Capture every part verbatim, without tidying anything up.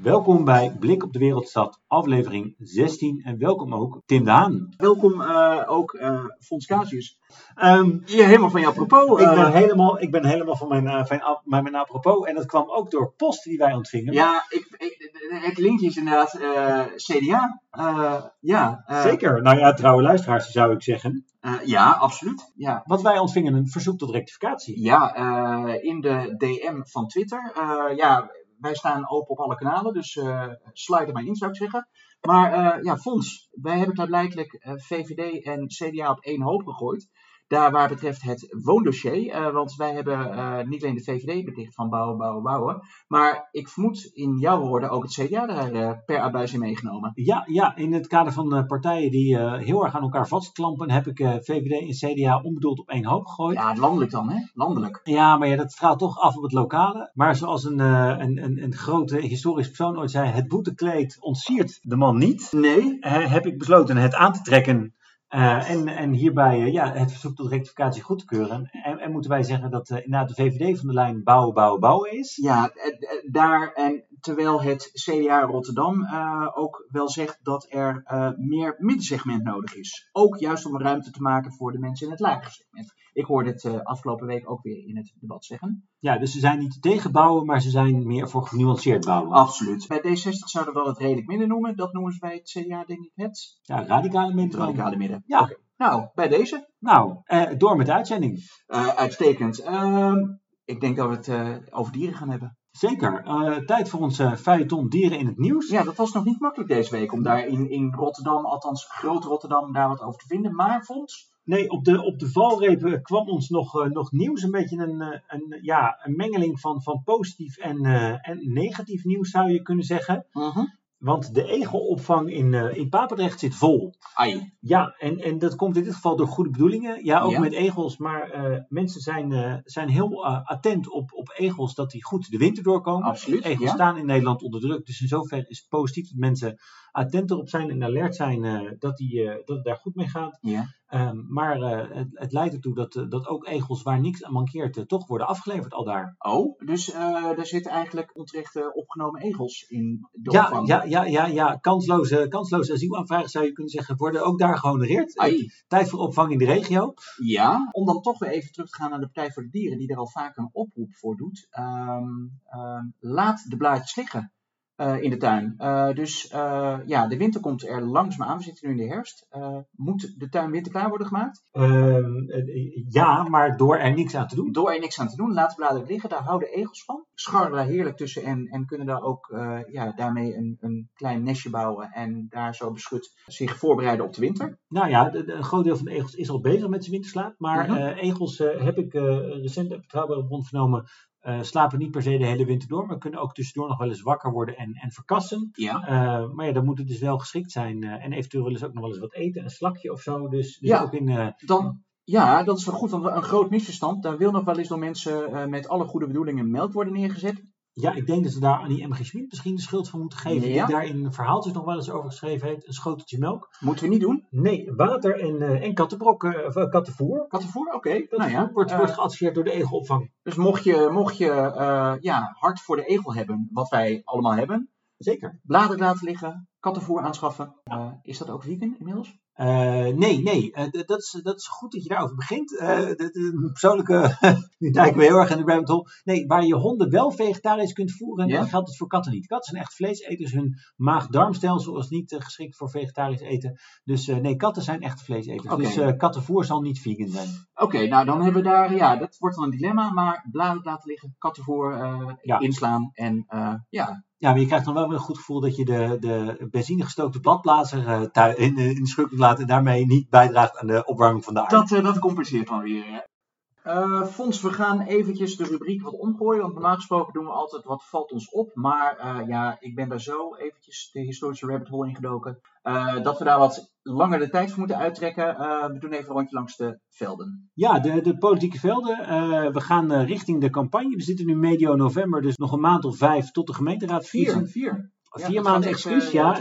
Welkom bij Blik op de Wereldstad, aflevering zestien. En welkom ook Tim de Haan. Welkom uh, ook uh, Fons Casius. Um, ja, helemaal van jou apropos. Ik Uh, ben helemaal, ik ben helemaal van mijn, uh, van mijn, mijn apropos. En dat kwam ook door post die wij ontvingen. Ja, ik, ik, het linkje is inderdaad uh, C D A. Uh, ja, uh, Zeker. Nou ja, trouwe luisteraars zou ik zeggen. Uh, ja, absoluut. Ja. Want wij ontvingen een verzoek tot rectificatie. Ja, uh, in de D M van Twitter. Uh, ja, wij staan open op alle kanalen, dus uh, sluit er maar in, zou ik zeggen. Maar uh, ja, Fons, wij hebben klaarblijkelijk uh, V V D en C D A op één hoop gegooid. Daar waar betreft het woondossier. Uh, want wij hebben uh, niet alleen de V V D beticht van bouwen, bouwen, bouwen. Maar ik vermoed in jouw woorden ook het C D A daar uh, per abuis in meegenomen. Ja, ja, in het kader van uh, partijen die uh, heel erg aan elkaar vastklampen, heb ik uh, V V D en C D A onbedoeld op één hoop gegooid. Ja, landelijk dan, hè? Landelijk. Ja, maar ja, dat straalt toch af op het lokale. Maar zoals een, uh, een, een, een grote historisch persoon ooit zei, het boetekleed ontsiert de man niet. Nee. Uh, heb ik besloten het aan te trekken. Uh, en, en hierbij uh, ja, het verzoek tot rectificatie goed te keuren. En, en moeten wij zeggen dat uh, inderdaad de V V D van de lijn bouwen, bouwen, bouwen is. Ja, daar en terwijl het C D A Rotterdam uh, ook wel zegt dat er uh, meer middensegment nodig is. Ook juist om ruimte te maken voor de mensen in het lagere segment. Ik hoorde het uh, afgelopen week ook weer in het debat zeggen. Ja, dus ze zijn niet tegen bouwen, maar ze zijn meer voor genuanceerd bouwen. Absoluut. Bij D zestig zouden we wel het redelijk midden noemen. Dat noemen ze bij het C D A denk ik het... Ja, radicale midden. Radicale midden. Ja. Okay. Nou, bij deze. Nou, uh, door met de uitzending. Uh, uitstekend. Uh, ik denk dat we het uh, over dieren gaan hebben. Zeker. Uh, tijd voor ons uh, feuilleton dieren in het nieuws. Ja, dat was nog niet makkelijk deze week om daar in, in Rotterdam, althans groot Rotterdam, daar wat over te vinden. Maar Fons... Nee, op de, op de valreep kwam ons nog, uh, nog nieuws. Een beetje een, uh, een, ja, een mengeling van, van positief en, uh, en negatief nieuws zou je kunnen zeggen. Uh-huh. Want de egelopvang in, uh, in Papendrecht zit vol. Ai. Ja, en, en dat komt in dit geval door goede bedoelingen. Ja, ook ja. met egels. Maar uh, mensen zijn, uh, zijn heel uh, attent op, op egels dat die goed de winter doorkomen. Absoluut. Egels ja. staan in Nederland onder druk. Dus in zoverre is het positief dat mensen attent erop zijn en alert zijn uh, dat, die, uh, dat het daar goed mee gaat. Ja. Um, maar uh, het, het leidt ertoe dat, uh, dat ook egels waar niks aan mankeert uh, toch worden afgeleverd al daar. Oh, dus uh, daar zitten eigenlijk onterecht uh, opgenomen egels in de ja, opvang. Ja, ja, ja, ja. Kansloze, kansloze asielaanvragen zou je kunnen zeggen worden ook daar gehonoreerd. Ai. Tijd voor opvang in de regio. Ja, om dan toch weer even terug te gaan naar de Partij voor de Dieren die er al vaak een oproep voor doet. Um, um, laat de blaadjes liggen. Uh, in de tuin. Uh, dus uh, ja, de winter komt er langzaam aan. We zitten nu in de herfst. Uh, moet de tuin winterklaar worden gemaakt? Uh, uh, ja, maar door er niks aan te doen. Door er niks aan te doen. Laat de bladeren liggen. Daar houden egels van. Scharrelen daar heerlijk tussen en, en kunnen daar ook uh, ja, daarmee een, een klein nestje bouwen. En daar zo beschut zich voorbereiden op de winter. Nou ja, de, de, een groot deel van de egels is al bezig met zijn winterslaap. Maar uh-huh. uh, egels uh, heb ik uh, recent een betrouwbare bron vernomen. Uh, slapen niet per se de hele winter door, maar kunnen ook tussendoor nog wel eens wakker worden en, en verkassen. Ja. Uh, maar ja, dan moet het dus wel geschikt zijn. Uh, en eventueel willen ze ook nog wel eens wat eten, een slakje of zo. Dus, dus ja, ook in... Uh, dan, ja, dat is wel goed, want een groot misverstand. Daar wil nog wel eens door mensen uh, met alle goede bedoelingen melk worden neergezet. Ja, ik denk dat we daar aan die M G Schmid misschien de schuld van moeten geven. Ja. Die daar in verhaaltjes nog wel eens over geschreven heeft. Een schoteltje melk. Moeten we niet doen? Nee, water en, uh, en kattenbrok, uh, of uh, kattenvoer. Kattenvoer, oké. Okay. Nou ja, wordt, uh, wordt geadviseerd door de egelopvang. Dus mocht je, mocht je uh, ja, hart voor de egel hebben, wat wij allemaal hebben. Zeker. Bladeren laten liggen, kattenvoer aanschaffen. Uh, is dat ook vegan inmiddels? Uh, nee, nee. Uh, d- dat, is, dat is goed dat je daarover begint. Uh, de, de persoonlijke, nu duiken we heel erg in de rabbit hole. Nee, waar je honden wel vegetarisch kunt voeren, ja? Dan geldt het voor katten niet. Katten zijn echt vleeseters. Hun maag-darmstelsel is niet uh, geschikt voor vegetarisch eten. Dus uh, nee, katten zijn echt vleeseters. Okay. Dus uh, kattenvoer zal niet vegan zijn. Oké, okay, nou dan hebben we daar, ja, dat wordt dan een dilemma. Maar bladeren laten liggen, kattenvoer uh, ja. inslaan en uh, ja... Ja, maar je krijgt dan wel weer een goed gevoel dat je de, de benzinegestookte bladblazer uh, thui- in, in de schuk kunt laten en daarmee niet bijdraagt aan de opwarming van de aarde. Dat, uh, dat compenseert dan weer. Uh, Fons, we gaan eventjes de rubriek wat omgooien, want normaal gesproken doen we altijd wat valt ons op. Maar uh, ja, ik ben daar zo eventjes de historische rabbit hole ingedoken, uh, dat we daar wat langer de tijd voor moeten uittrekken. Uh, we doen even een rondje langs de velden. Ja, de, de politieke velden. Uh, we gaan uh, richting de campagne. We zitten nu medio november, dus nog een maand of vijf tot de gemeenteraad. Vier, vier. Vier ja, maanden excuus, uh, ja. Het gaat snel.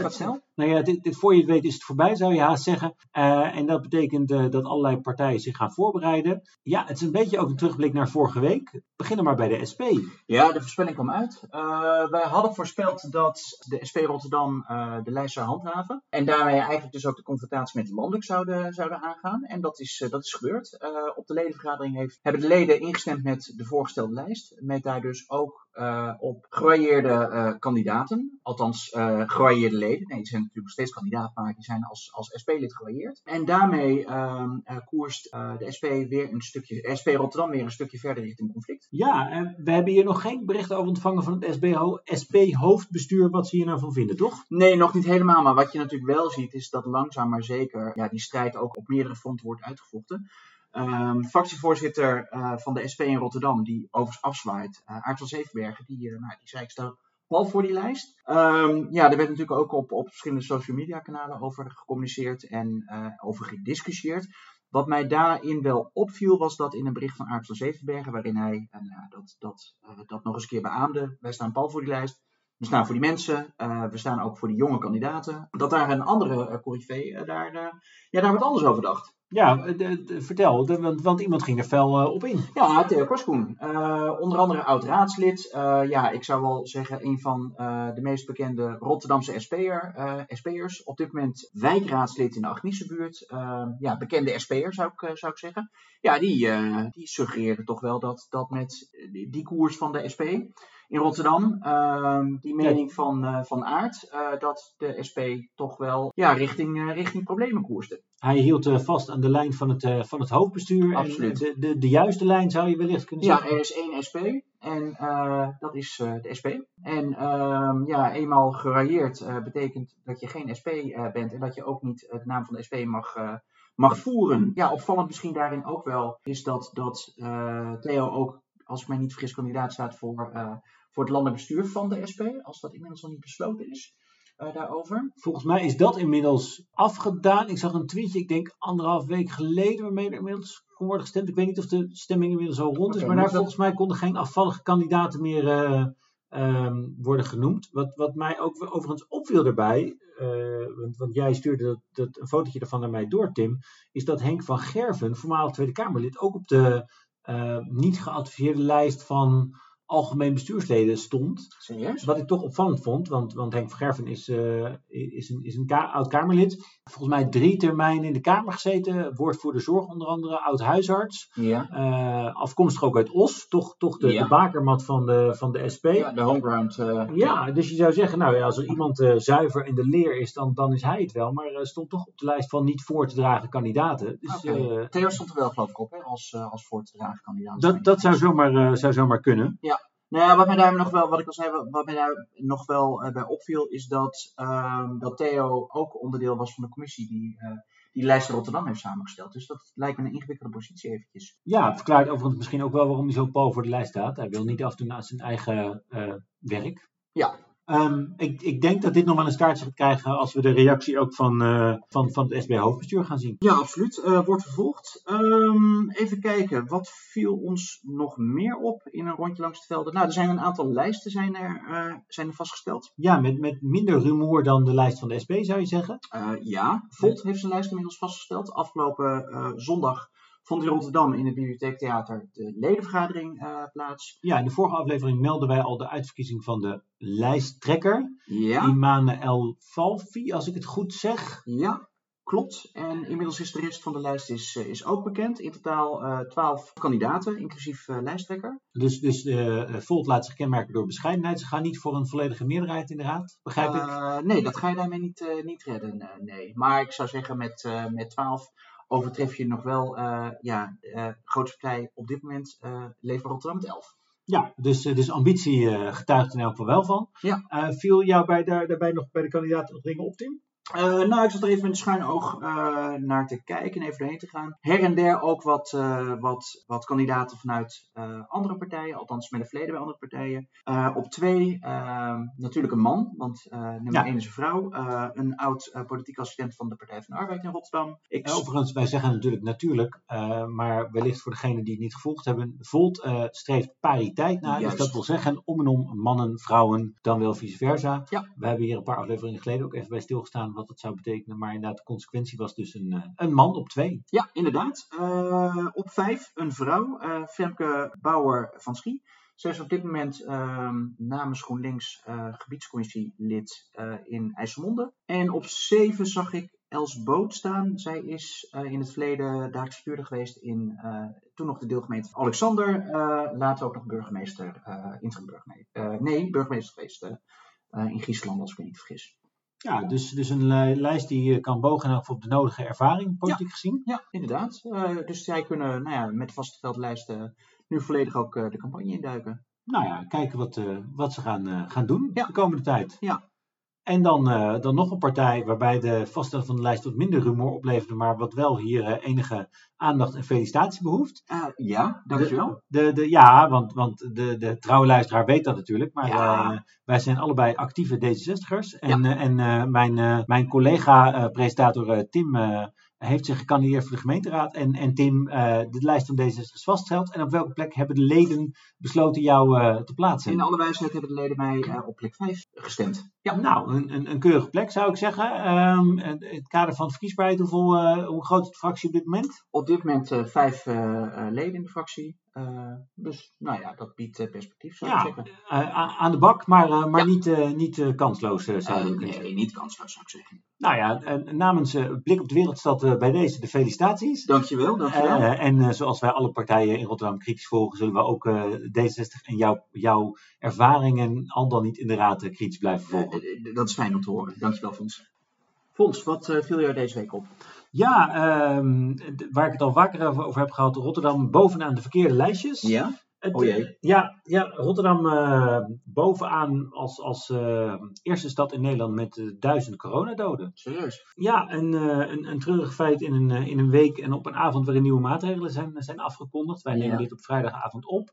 Nou ja, dit, dit, voor je het weet is het voorbij, zou je haast zeggen. Uh, en dat betekent uh, dat allerlei partijen zich gaan voorbereiden. Ja, het is een beetje ook een terugblik naar vorige week. We beginnen maar bij de S P. Ja, de voorspelling kwam uit. Uh, wij hadden voorspeld dat de S P Rotterdam uh, de lijst zou handhaven. En daarmee eigenlijk dus ook de confrontatie met de landelijk zouden, zouden aangaan. En dat is, uh, dat is gebeurd. Uh, op de ledenvergadering heeft, hebben de leden ingestemd met de voorgestelde lijst. Met daar dus ook uh, op gevarieerde uh, kandidaten. Althans, uh, gevarieerde leden. Nee, die zijn natuurlijk nog steeds kandidaat, maar die zijn als, als S P-lid gevarieerd. En daarmee uh, uh, koerst uh, de S P weer een stukje, S P Rotterdam weer een stukje verder richting conflict. Ja, uh, we hebben hier nog geen bericht over ontvangen van het S P-hoofdbestuur, wat ze hier nou van vinden, toch? Nee, nog niet helemaal. Maar wat je natuurlijk wel ziet, is dat langzaam maar zeker ja, die strijd ook op meerdere fronten wordt uitgevochten. Um, fractievoorzitter uh, van de S P in Rotterdam, die overigens afzwaait, uh, Aart van Zevenbergen, die, uh, nou, die zei ik stel pal voor die lijst. Um, ja, er werd natuurlijk ook op, op verschillende social media kanalen over gecommuniceerd en uh, over gediscussieerd. Wat mij daarin wel opviel, was dat in een bericht van Aart van Zevenbergen, waarin hij uh, dat, dat, uh, dat nog eens een keer beaamde, wij staan pal voor die lijst. We staan voor die mensen, uh, we staan ook voor die jonge kandidaten. Dat daar een andere uh, coryfee uh, daar, uh, ja, daar wat anders over dacht. Ja, de, de, vertel, de, want, want iemand ging er fel uh, op in. Ja, Theo Korskoen. Uh, onder andere oud-raadslid. Uh, ja, ik zou wel zeggen een van uh, de meest bekende Rotterdamse S P'er, uh, S P'ers. Op dit moment wijkraadslid in de Agniesebuurt. Uh, ja, bekende S P'er zou ik, uh, zou ik zeggen. Ja, die, uh, die suggereerde toch wel dat, dat met die, die koers van de S P in Rotterdam, uh, die mening ja. van, uh, van Aart, uh, dat de S P toch wel ja, richting, uh, richting problemen koerste. Hij hield uh, vast aan de lijn van het, uh, van het hoofdbestuur. Absoluut. En de, de, de juiste lijn zou je wellicht kunnen zeggen. Ja, er is één S P en uh, dat is uh, de S P. En uh, ja, eenmaal geraaieerd uh, betekent dat je geen S P uh, bent en dat je ook niet de naam van de S P mag, uh, mag voeren. Ja, opvallend misschien daarin ook wel is dat, dat uh, Theo ook, als ik mij niet vergis, kandidaat staat voor, uh, voor het landelijk bestuur van de S P. Als dat inmiddels nog niet besloten is. Uh, daarover. Volgens mij is dat inmiddels afgedaan. Ik zag een tweetje, ik denk anderhalf week geleden, waarmee er inmiddels kon worden gestemd. Ik weet niet of de stemming inmiddels al rond is, okay, maar daar dat... volgens mij konden geen afvallige kandidaten meer uh, um, worden genoemd. Wat, wat mij ook overigens opviel daarbij, uh, want, want jij stuurde dat, dat, een fotootje ervan naar mij door, Tim, is dat Henk van Gerven, voormalig Tweede Kamerlid, ook op de uh, niet geadviseerde lijst van algemeen bestuursleden stond. Serieus? Wat ik toch opvallend vond, want, want Henk van Gerven is, uh, is een, is een ka- oud-Kamerlid. Volgens mij drie termijnen in de Kamer gezeten. Woordvoerder zorg onder andere, oud-huisarts. Ja. Uh, afkomstig ook uit Os. Toch, toch de, ja. de bakermat van de, van de S P. Ja, de homeground. Uh, ja, dus je zou zeggen, nou ja, als er iemand uh, zuiver in de leer is, dan, dan is hij het wel. Maar uh, stond toch op de lijst van niet voor te dragen kandidaten. Dus, okay. uh, Theo stond er wel geloof ik op, hè, als, uh, als voor te dragen kandidaat. Dat, dat zou, zomaar, uh, zou zomaar kunnen. Ja. Nou ja, wat mij daar nog wel, wat ik al zei, wat mij daar nog wel uh, bij opviel, is dat, uh, dat Theo ook onderdeel was van de commissie die uh, die lijst Rotterdam heeft samengesteld. Dus dat lijkt me een ingewikkelde positie eventjes. Ja, het verklaart overigens misschien ook wel waarom hij zo pal voor de lijst staat. Hij wil niet af en toe naar zijn eigen uh, werk. Ja. Um, ik, ik denk dat dit nog wel een staartje gaat krijgen als we de reactie ook van, uh, van, van het S B hoofdbestuur gaan zien. Ja, absoluut. Uh, wordt vervolgd. Um, even kijken, wat viel ons nog meer op in een rondje langs het velden? Nou, er zijn een aantal lijsten zijn er, uh, zijn er vastgesteld. Ja, met, met minder rumoer dan de lijst van de S B zou je zeggen? Uh, ja, Volt heeft zijn lijst inmiddels vastgesteld. Afgelopen uh, zondag vond in Rotterdam in het Bibliotheektheater de ledenvergadering uh, plaats. Ja, in de vorige aflevering melden wij al de uitverkiezing van de lijsttrekker. Ja. Imane El Falfi, als ik het goed zeg. Ja, klopt. En inmiddels is de rest van de lijst is, uh, is ook bekend. In totaal uh, twaalf kandidaten, inclusief uh, lijsttrekker. Dus, dus uh, Volt laat zich kenmerken door bescheidenheid. Ze gaan niet voor een volledige meerderheid in de raad, begrijp ik? Uh, nee, dat ga je daarmee niet, uh, niet redden. Uh, nee. Maar ik zou zeggen met, uh, met twaalf... overtref je nog wel, uh, ja, de uh, grootste partij op dit moment, uh, Leefbaar Rotterdam met elf. Ja, dus, dus ambitie uh, getuigt in elk geval wel van. Ja. Uh, viel jou bij, daar, daarbij nog bij de kandidaten nog dingen op, Tim? Uh, nou, ik zat er even met een schuin oog uh, naar te kijken en even doorheen te gaan. Her en der ook wat, uh, wat, wat kandidaten vanuit uh, andere partijen, althans met een verleden bij andere partijen. Uh, op twee, uh, natuurlijk een man, want uh, nummer ja. één is een vrouw. Uh, een oud uh, politiek assistent van de Partij van de Arbeid in Rotterdam. Ik... Ja, overigens, wij zeggen natuurlijk natuurlijk, uh, maar wellicht voor degenen die het niet gevolgd hebben. Volt uh, streeft pariteit na, Juist. Dus dat wil zeggen om en om mannen, vrouwen, dan wel vice versa. Ja. We hebben hier een paar afleveringen geleden ook even bij stilgestaan wat dat zou betekenen. Maar inderdaad, de consequentie was dus een, een man op twee. Ja, inderdaad. Uh, op vijf een vrouw, uh, Femke Bauer van Schie. Zij is op dit moment uh, namens GroenLinks uh, gebiedscommissielid uh, in IJsselmonde. En op zeven zag ik Els Boot staan. Zij is uh, in het verleden dagelijks bestuurder geweest in uh, toen nog de deelgemeente van Alexander. Uh, later ook nog burgemeester, uh, interim burgemeester. Uh, nee, burgemeester geweest uh, uh, in Giesland, als ik me niet vergis. Ja, dus, dus een uh, lijst die uh, kan bogen op de nodige ervaring, politiek ja, gezien. Ja, inderdaad. Uh, dus zij kunnen nou ja, met de vastgestelde lijsten uh, nu volledig ook uh, de campagne induiken. Nou ja, kijken wat, uh, wat ze gaan, uh, gaan doen ja. de komende tijd. Ja. En dan, uh, dan nog een partij waarbij de vaststelling van de lijst wat minder rumoer opleverde, maar wat wel hier uh, enige aandacht en felicitatie behoeft. Uh, ja, dankjewel. De, de, de, ja, want, want de, de trouwe luisteraar weet dat natuurlijk, maar ja. uh, wij zijn allebei actieve D zestig'ers. En, ja. uh, en uh, mijn, uh, mijn collega-presentator uh, Tim uh, heeft zich gekandideerd voor de gemeenteraad. En, en Tim, uh, de lijst van D zestig is vastgesteld. En op welke plek hebben de leden besloten jou uh, te plaatsen? In alle wijsheid hebben de leden mij uh, op plek vijf gestemd. Ja, nou, een, een, een keurige plek zou ik zeggen. Um, in het kader van de verkiesbaarheid, hoeveel, uh, hoe groot is de fractie op dit moment? Op dit moment uh, vijf uh, uh, leden in de fractie. Uh, dus, nou ja, dat biedt uh, perspectief, zou ja, ik zeggen. Uh, aan de bak, maar, uh, maar ja. niet, uh, niet uh, kansloos, uh, zou ik uh, zeggen. Nee, niet kansloos, zou ik zeggen. Nou ja, uh, namens uh, Blik op de Wereldstad uh, bij deze de felicitaties. Dankjewel, dankjewel. Uh, en uh, zoals wij alle partijen in Rotterdam kritisch volgen, zullen we ook uh, D zestig en jouw, jouw ervaringen al dan niet in de raad uh, kritisch blijven volgen. Uh, uh, dat is fijn om te horen. Dankjewel, Fons. Fons, wat uh, viel jou deze week op? Ja, um, d- waar ik het al vaker over heb gehad, Rotterdam bovenaan de verkeerde lijstjes. Ja? Het, oh jee. Ja, ja Rotterdam uh, bovenaan als, als uh, eerste stad in Nederland met uh, duizend coronadoden. Serieus? Ja, een, uh, een, een treurig feit in een, uh, in een week en op een avond waarin nieuwe maatregelen zijn, zijn afgekondigd. Wij nemen ja. dit op vrijdagavond op.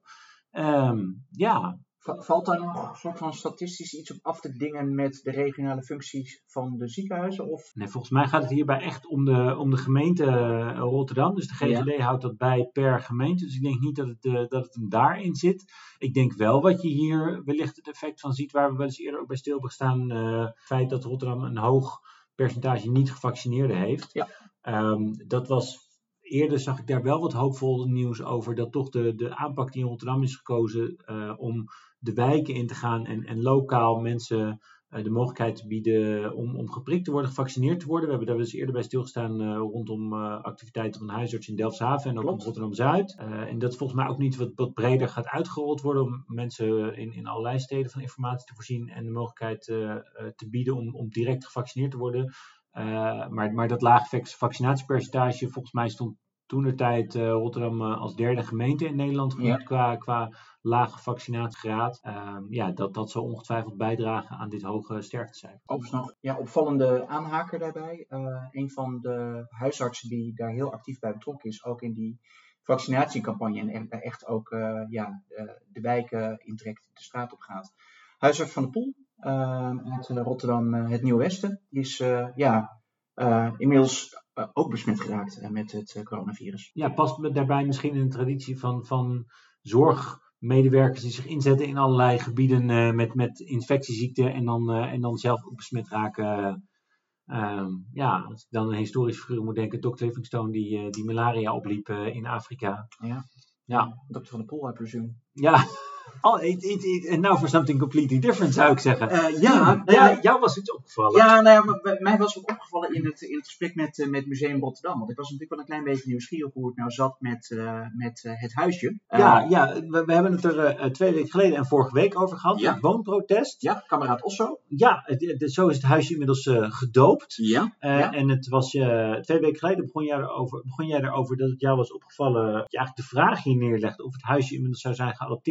Um, ja... Valt daar nog een soort van statistisch iets op af te dingen met de regionale functies van de ziekenhuizen? Of? Nee, volgens mij gaat het hierbij echt om de, om de gemeente uh, Rotterdam. Dus de G V D ja. houdt dat bij per gemeente. Dus ik denk niet dat het, uh, dat het hem daarin zit. Ik denk wel wat je hier wellicht het effect van ziet, waar we wel eens eerder ook bij stil hebben gestaan. Uh, het feit dat Rotterdam een hoog percentage niet gevaccineerden heeft. Ja. Um, dat was... Eerder zag ik daar wel wat hoopvol nieuws over, dat toch de, de aanpak die in Rotterdam is gekozen uh, om de wijken in te gaan en, en lokaal mensen uh, de mogelijkheid te bieden om, om geprikt te worden, gevaccineerd te worden. We hebben daar wel eens eerder bij stilgestaan uh, rondom uh, activiteiten van een huisarts in Delfshaven en ook in Rotterdam-Zuid. Uh, en dat is volgens mij ook niet wat, wat breder gaat uitgerold worden om mensen in, in allerlei steden van informatie te voorzien en de mogelijkheid uh, uh, te bieden om, om direct gevaccineerd te worden. Uh, maar, maar dat lage vaccinatiepercentage, volgens mij stond toentertijd uh, Rotterdam uh, als derde gemeente in Nederland genoemd ja. qua, qua lage vaccinatiegraad. Uh, ja, dat, dat zal ongetwijfeld bijdragen aan dit hoge sterftecijfer. Overigens nog ja, opvallende aanhaker daarbij. Uh, een van de huisartsen die daar heel actief bij betrokken is, ook in die vaccinatiecampagne en echt, echt ook uh, ja, uh, de wijken intrekt, de straat op gaat. Huisarts van de Poel. Uh, uit uh, Rotterdam, uh, het Nieuwe Westen, die is uh, ja, uh, inmiddels uh, ook besmet geraakt uh, met het uh, coronavirus. Ja, past daarbij misschien in de traditie van, van zorgmedewerkers die zich inzetten in allerlei gebieden uh, met, met infectieziekten en dan, uh, en dan zelf ook besmet raken. Uh, ja, als ik dan een historische figuur moet denken, dokter Livingstone die, uh, die malaria opliep uh, in Afrika. Ja, ja. dokter Van der Poel, I presume. Ja. Oh, it, it, it, and now for something completely different, zou ik zeggen. Uh, ja, ja, uh, jou was iets opgevallen. Ja, nou ja, maar mij was het opgevallen in het, in het gesprek met, uh, met Museum Rotterdam. Want ik was natuurlijk wel een klein beetje nieuwsgierig hoe het nou zat met, uh, met uh, het huisje. Uh, ja, ja we, we hebben het er uh, twee weken geleden en vorige week over gehad. Ja. Het woonprotest. Ja, kameraad Osso. Ja, het, het, zo is het huisje inmiddels uh, gedoopt. Ja, uh, ja. En het was uh, twee weken geleden begon jij, erover, begon jij erover dat het jou was opgevallen. Dat je eigenlijk de vraag hier neerlegt of het huisje inmiddels zou zijn geadopteerd door het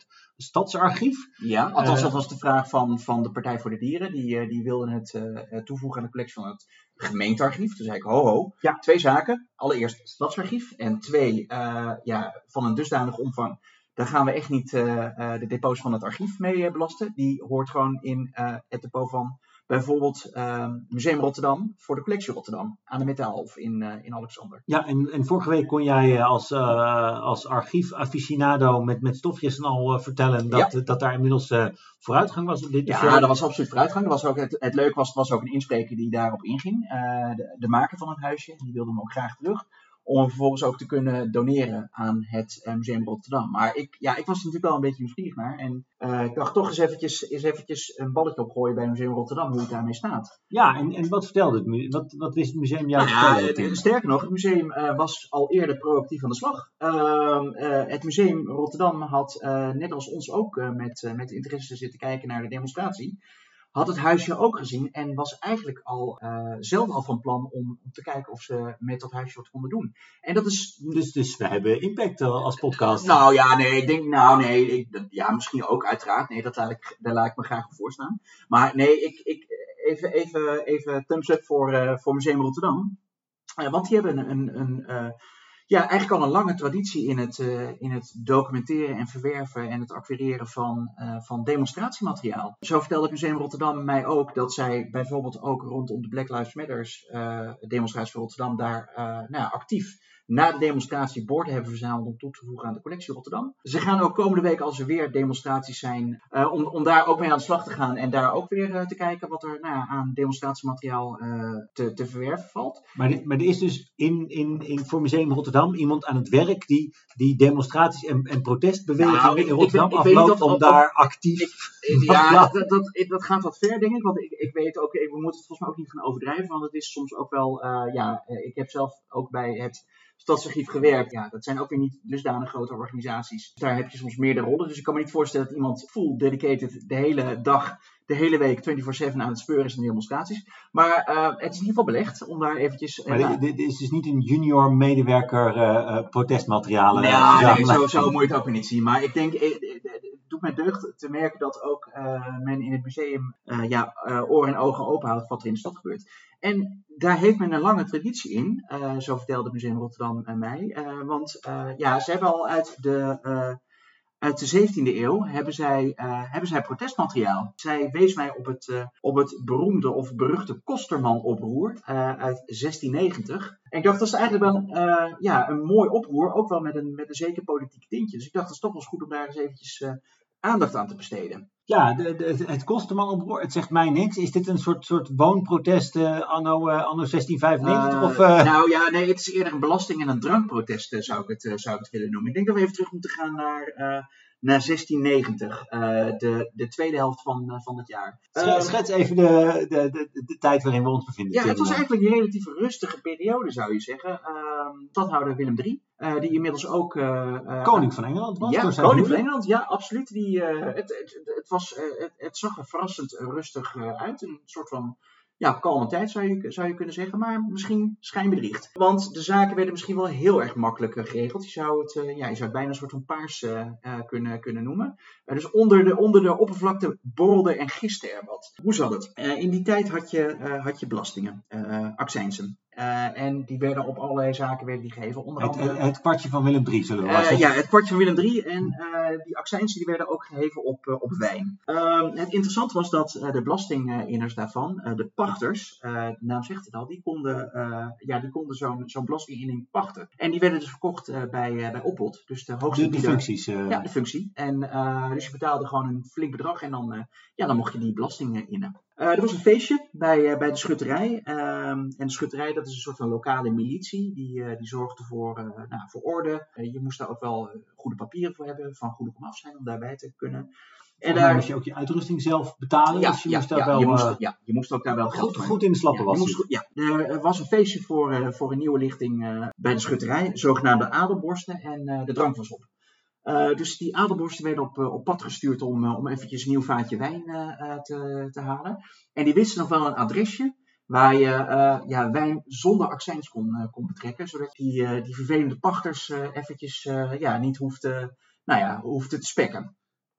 stadsarchief. Ja, althans Uh, dat was de vraag van, van de Partij voor de Dieren. Die, uh, die wilden het uh, toevoegen aan de collectie van het gemeentearchief. Toen zei ik, ho ho, ja. Twee zaken. Allereerst het stadsarchief. En twee, uh, ja, van een dusdanige omvang. Daar gaan we echt niet uh, uh, de depots van het archief mee uh, belasten. Die hoort gewoon in uh, het depot van bijvoorbeeld uh, Museum Rotterdam voor de collectie Rotterdam aan de Metaalhof in, uh, in Alexander. Ja, en, en vorige week kon jij als, uh, als archief-aficionado met, met stofjes en al uh, vertellen dat, ja. dat daar inmiddels uh, vooruitgang was op dit dossier. Ja, er was absoluut vooruitgang. Er was ook, het, het leuke was, er was ook een inspreker die daarop inging. Uh, de, de maker van het huisje, die wilde hem ook graag terug. Om hem vervolgens ook te kunnen doneren aan het uh, Museum Rotterdam. Maar ik, ja, ik was er natuurlijk wel een beetje nieuwsgierig naar. En uh, ik dacht toch eens eventjes, eens eventjes een balletje opgooien bij het Museum Rotterdam, hoe het daarmee staat. Ja, en, en wat vertelde het? Wat, wat wist het museum jou te nou, vertellen? Ja, sterker nog, het museum uh, was al eerder proactief aan de slag. Uh, uh, het Museum Rotterdam had, uh, net als ons ook, uh, met, uh, met interesse zitten kijken naar de demonstratie. Had het huisje ook gezien en was eigenlijk al uh, zelf al van plan om, om te kijken of ze met dat huisje wat konden doen. En dat is... Dus, dus we hebben impact uh, als podcast. Nou ja, nee, ik denk, nou nee, ik, ja, misschien ook uiteraard. Nee, dat laat ik, daar laat ik me graag voor staan. Maar nee, ik, ik, even, even, even thumbs up voor, uh, voor Museum Rotterdam. Uh, want die hebben een... een, een uh, Ja, eigenlijk al een lange traditie in het, uh, in het documenteren en verwerven en het acquireren van, uh, van demonstratiemateriaal. Zo vertelde het Museum Rotterdam mij ook dat zij bijvoorbeeld ook rondom de Black Lives Matters uh, demonstratie van Rotterdam daar uh, nou ja, actief na de demonstratie borden hebben verzameld om toe te voegen aan de collectie Rotterdam. Ze gaan ook komende week, als er weer demonstraties zijn, uh, om, om daar ook mee aan de slag te gaan en daar ook weer uh, te kijken wat er nou ja, aan demonstratiemateriaal uh, te, te verwerven valt. Maar, dit, maar er is dus in, in, in voor Museum Rotterdam iemand aan het werk die, die demonstraties en, en protestbewegingen nou, in Rotterdam ik, ik, ik afloopt om dat, daar actief... Ik, ja, dat, dat, dat gaat wat ver, denk ik. Want ik, ik weet ook, we moeten het volgens mij ook niet gaan overdrijven, want het is soms ook wel, uh, ja, ik heb zelf ook bij het Stadsarchief gewerkt. Ja, dat zijn ook weer niet dusdanig grote organisaties. Daar heb je soms meerdere rollen. Dus ik kan me niet voorstellen dat iemand full dedicated de hele dag, de hele week, vierentwintig zeven aan het speuren is in de demonstraties. Maar uh, het is in ieder geval belegd om daar eventjes... Uh, maar dit, dit is dus niet een junior medewerker uh, uh, protestmaterialen? Ja, nee, nee, zo, zo moet je het ook weer niet zien. Maar ik denk, het doet mij deugd te merken dat ook uh, men in het museum uh, ja, uh, oren en ogen openhoudt wat er in de stad gebeurt. En daar heeft men een lange traditie in, uh, zo vertelde het Museum Rotterdam en mij. Uh, want uh, ja, ze hebben al uit de, uh, uit de zeventiende eeuw hebben zij, uh, hebben zij protestmateriaal. Zij wees mij op het, uh, op het beroemde of beruchte Kosterman-oproer uh, uit zestien negentig. En ik dacht, dat is eigenlijk wel uh, ja, een mooi oproer, ook wel met een, met een zeker politiek tintje. Dus ik dacht, dat is toch wel eens goed om daar eens eventjes uh, aandacht aan te besteden. Ja, de, de, het Kosterman-oproer, het zegt mij niks. Is dit een soort, soort woonprotest uh, anno, uh, anno zestien vijfennegentig? Uh, of, uh... Nou ja, nee, het is eerder een belasting- en een drankprotest, uh, zou, ik het, uh, zou ik het willen noemen. Ik denk dat we even terug moeten gaan naar, uh, naar zestien negentig, uh, de, de tweede helft van, uh, van het jaar. Uh, Schets even de, de, de, de tijd waarin we ons bevinden. Ja, het was eigenlijk een relatief rustige periode, zou je zeggen. Uh, stadhouder Willem de Derde. Uh, die inmiddels ook... Uh, uh, koning van Engeland was. Ja, koning van Engeland, ja, absoluut. Die, uh, het, het, het, was, uh, het, het zag er verrassend rustig uh, uit. Een soort van ja, kalme tijd zou je, zou je kunnen zeggen. Maar misschien schijnbedriegt. Want de zaken werden misschien wel heel erg makkelijk uh, geregeld. Je zou het, uh, ja, je zou het bijna een soort van paars uh, uh, kunnen, kunnen noemen. Uh, dus onder de, onder de oppervlakte borrelde en giste er wat. Hoe zat het? Uh, in die tijd had je, uh, had je belastingen, uh, accijnsen. Uh, en die werden op allerlei zaken werden die gegeven. Onder het, andere, het, het kwartje van Willem de Derde, zullen we uh, zeggen. Ja, het kwartje van Willem de Derde. En uh, die accijnsen die werden ook gegeven op, uh, op wijn. Uh, het interessante was dat uh, de belastinginners daarvan, uh, de pachters, uh, de naam zegt het al, die konden, uh, ja, die konden zo'n, zo'n belastinginning pachten. En die werden dus verkocht uh, bij, uh, bij Oppot. Dus de hoogste de, de functies. Uh... Ja, de functie. En uh, dus je betaalde gewoon een flink bedrag en dan, uh, ja, dan mocht je die belasting uh, innen. Uh, er was een feestje bij, uh, bij de schutterij. Uh, en de schutterij, dat is een soort van lokale militie. Die, uh, die zorgde voor, uh, nou, voor orde. Uh, je moest daar ook wel uh, goede papieren voor hebben. Van goede komaf zijn om daarbij te kunnen. En daar moest je ook je uitrusting zelf betalen. Ja, dus je, ja, moest daar ja, wel, je, moest, uh, ja je moest ook daar wel geld goed, goed in de slappen ja, was. Moest, ja, er was een feestje voor, uh, voor een nieuwe lichting uh, bij de schutterij. Zogenaamde adelborsten. En uh, de drank was op. Uh, dus die adelborsten werden op, uh, op pad gestuurd om, uh, om eventjes een nieuw vaatje wijn uh, te, te halen. En die wisten nog wel een adresje waar je uh, ja, wijn zonder accijns kon, uh, kon betrekken. Zodat die, uh, die vervelende pachters uh, eventjes uh, ja, niet hoefde, nou ja, hoefde te spekken.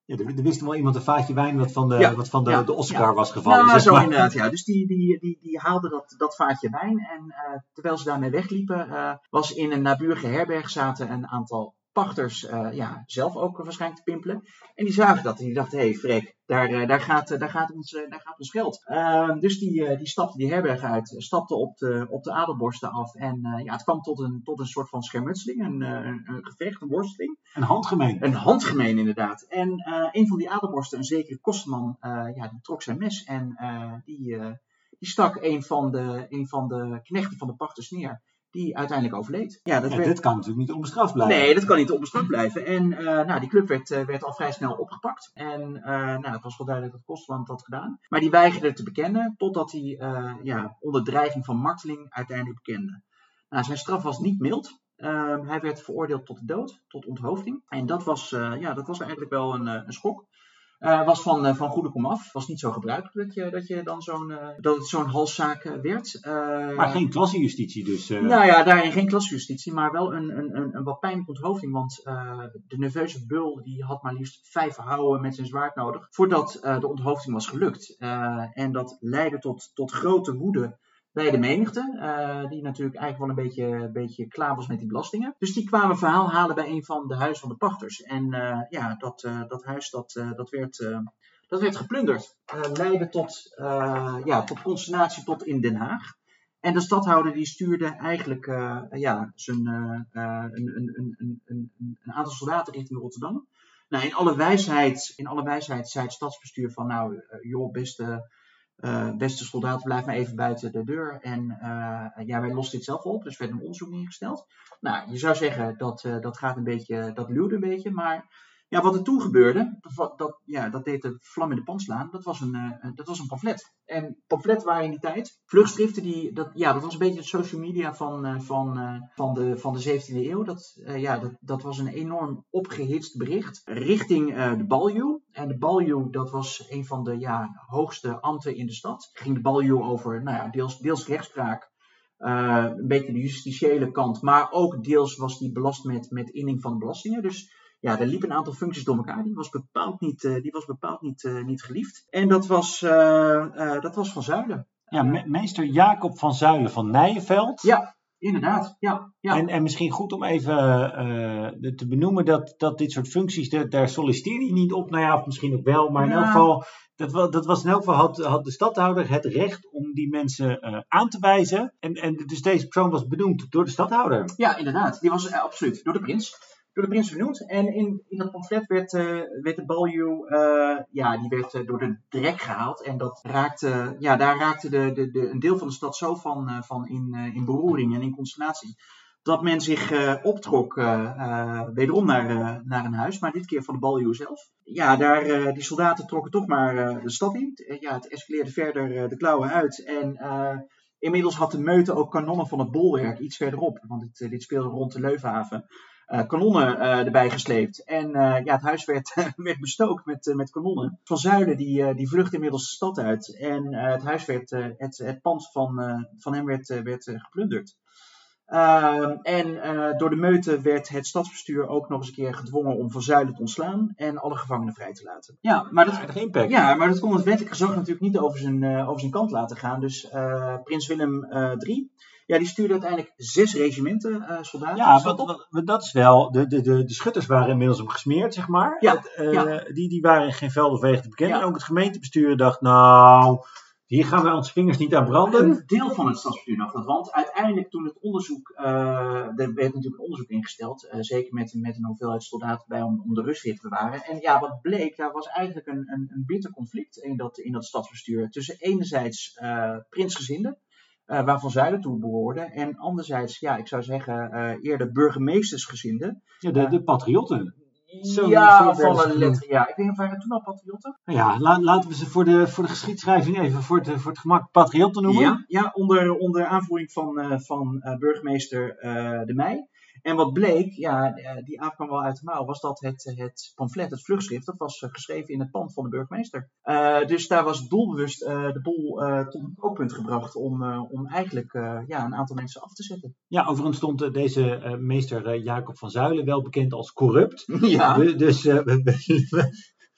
Ja, er, er wist wel iemand een vaatje wijn wat van de, ja, wat van de, ja, de Oscar ja. was gevallen. Ja, zeg zo maar. inderdaad. Ja. Dus die, die, die, die haalden dat, dat vaatje wijn. En uh, terwijl ze daarmee wegliepen, uh, was in een naburige herberg zaten een aantal pachters uh, ja, zelf ook waarschijnlijk te pimpelen. En die zagen dat en die dachten, hé hey, frek, daar, uh, daar, gaat, uh, daar, gaat ons, uh, daar gaat ons geld. Uh, dus die, uh, die stapten die herberg uit, stapten op de, op de adelborsten af. En uh, ja, het kwam tot een, tot een soort van schermutseling, een, uh, een, een gevecht, een worsteling. Een handgemeen. Een handgemeen inderdaad. En uh, een van die adelborsten, een zekere kosterman, uh, ja, die trok zijn mes en uh, die, uh, die stak een van, de, een van de knechten van de pachters neer. Die uiteindelijk overleed. Ja, dat ja, werd... dit kan natuurlijk niet onbestraft blijven. Nee, dat kan niet onbestraft blijven. En uh, nou, die club werd, uh, werd al vrij snel opgepakt. En uh, nou, het was wel duidelijk dat Kosterman het had gedaan. Maar die weigerde te bekennen, totdat hij uh, ja, onder dreiging van marteling uiteindelijk bekende. Nou, zijn straf was niet mild. Uh, hij werd veroordeeld tot de dood, tot onthoofding. En dat was, uh, ja, dat was eigenlijk wel een, uh, een schok. Uh, was van, uh, van goede kom af. Het was niet zo gebruikelijk dat je, dat je dan zo'n, uh, dat het zo'n halszaak uh, werd. Uh, maar geen klassenjustitie dus. Uh... Nou ja, daarin geen klassenjustitie, maar wel een, een, een, een wat pijnlijke onthoofding. Want uh, de nerveuze beul die had maar liefst vijf houwen met zijn zwaard nodig voordat uh, de onthoofding was gelukt. Uh, en dat leidde tot, tot grote woede bij de menigte, uh, die natuurlijk eigenlijk wel een beetje, een beetje klaar was met die belastingen. Dus die kwamen verhaal halen bij een van de huizen van de pachters. En uh, ja, dat, uh, dat huis dat, uh, dat, werd, uh, dat werd geplunderd. Uh, leidde tot, uh, ja, tot consternatie tot in Den Haag. En de stadhouder die stuurde eigenlijk uh, ja, zijn, uh, uh, een, een, een, een, een aantal soldaten richting Rotterdam. Nou, in alle wijsheid, in alle wijsheid zei het stadsbestuur van nou, uh, joh, beste... Uh, beste soldaten, blijf maar even buiten de deur. En uh, ja, wij lossen dit zelf op. Dus we hebben een onderzoek ingesteld. Nou, je zou zeggen dat uh, dat gaat een beetje, dat luwde een beetje. Maar ja, wat er toen gebeurde, dat, dat, ja, dat deed de vlam in de pan slaan. Dat was een, uh, dat was een pamflet. En pamflet waren in die tijd vluchtschriften die, dat, ja, dat was een beetje de social media van, uh, van, uh, van, de, van de zeventiende eeuw. Dat, uh, ja, dat, dat was een enorm opgehitst bericht richting uh, de baljuw. En de baljuw, dat was een van de ja, hoogste ambten in de stad. Ging de baljuw over, nou ja, deels, deels rechtspraak, uh, een beetje de justitiële kant, maar ook deels was die belast met, met inning van belastingen. Dus ja, er liepen een aantal functies door elkaar. Die was bepaald niet, uh, die was bepaald niet, uh, niet geliefd. En dat was, uh, uh, dat was Van Zuylen. Ja, me- meester Jacob van Zuylen van Nijenveld. Ja. Inderdaad, ja. ja. En, en misschien goed om even uh, te benoemen dat, dat dit soort functies, daar, daar solliciteerde je niet op. Nou ja, of misschien ook wel, maar in ja. elk geval, dat, dat was in elk geval, had, had de stadhouder het recht om die mensen uh, aan te wijzen. En, en dus deze persoon was benoemd door de stadhouder. Ja, inderdaad. Die was uh, absoluut door de prins. Door de prins benoemd. En in, in dat pamflet werd, uh, werd de baljuw, uh, ja, die werd uh, door de drek gehaald. En dat raakte, ja, daar raakte de, de, de, een deel van de stad zo van, uh, van in, uh, in beroering en in consternatie. Dat men zich uh, optrok uh, uh, wederom naar, uh, naar een huis, maar dit keer van de baljuw zelf. Ja, daar, uh, die soldaten trokken toch maar uh, de stad in. Uh, ja, het escaleerde verder uh, de klauwen uit. En uh, inmiddels had de meute ook kanonnen van het bolwerk iets verderop. Want dit, uh, dit speelde rond de Leuvenhaven. Uh, kanonnen uh, erbij gesleept. En uh, ja, het huis werd, werd bestookt met, uh, met kanonnen. Van Zuylen die, uh, die vlucht inmiddels de stad uit. En uh, het huis werd, uh, het, het pand van, uh, van hem werd, uh, werd uh, geplunderd. Uh, en uh, door de meute werd het stadsbestuur ook nog eens een keer gedwongen om Van Zuylen te ontslaan en alle gevangenen vrij te laten. Ja, maar dat, Aardige impact. Ja, maar dat kon het wettelijk gezag natuurlijk niet over zijn, uh, over zijn kant laten gaan. Dus uh, prins Willem de derde, ja, die stuurde uiteindelijk zes regimenten uh, soldaten. Ja, wat, wat, wat, dat is wel, de, de, de, de schutters waren inmiddels hem gesmeerd, zeg maar. Ja, het, uh, ja. Die, die waren in geen veld of wegen te bekennen. Ja. En ook het gemeentebestuur dacht, nou, hier gaan we onze vingers niet aan branden. Een deel van het stadsbestuur dacht dat, want uiteindelijk toen het onderzoek, uh, er werd natuurlijk een onderzoek ingesteld, uh, zeker met, met een hoeveelheid soldaten bij om, om de rust weer te bewaren. En ja, wat bleek, daar was eigenlijk een, een, een bitter conflict in dat, in dat stadsbestuur tussen enerzijds uh, prinsgezinden, uh, waar Van Zuylen toe behoorde, en anderzijds, ja, ik zou zeggen, uh, eerder burgemeestersgezinden. Ja, de, de patriotten. Zo, ja, van een letter. Ja, ik weet niet of waren toen al patriotten. Nou ja, la, laten we ze voor de, voor de geschiedschrijving even voor het, voor het gemak patriotten noemen. Ja, ja onder, onder aanvoering van, uh, van uh, burgemeester uh, De Meij. En wat bleek, ja, die aap kwam wel uit de mouw, was dat het, het pamflet, het vluchtschrift, dat was uh, geschreven in het pand van de burgemeester. Uh, dus daar was doelbewust uh, de boel uh, tot een kookpunt gebracht om, uh, om eigenlijk uh, ja, een aantal mensen af te zetten. Ja, overigens stond uh, deze uh, meester uh, Jacob van Zuylen wel bekend als corrupt. Ja. De, dus uh, we, we,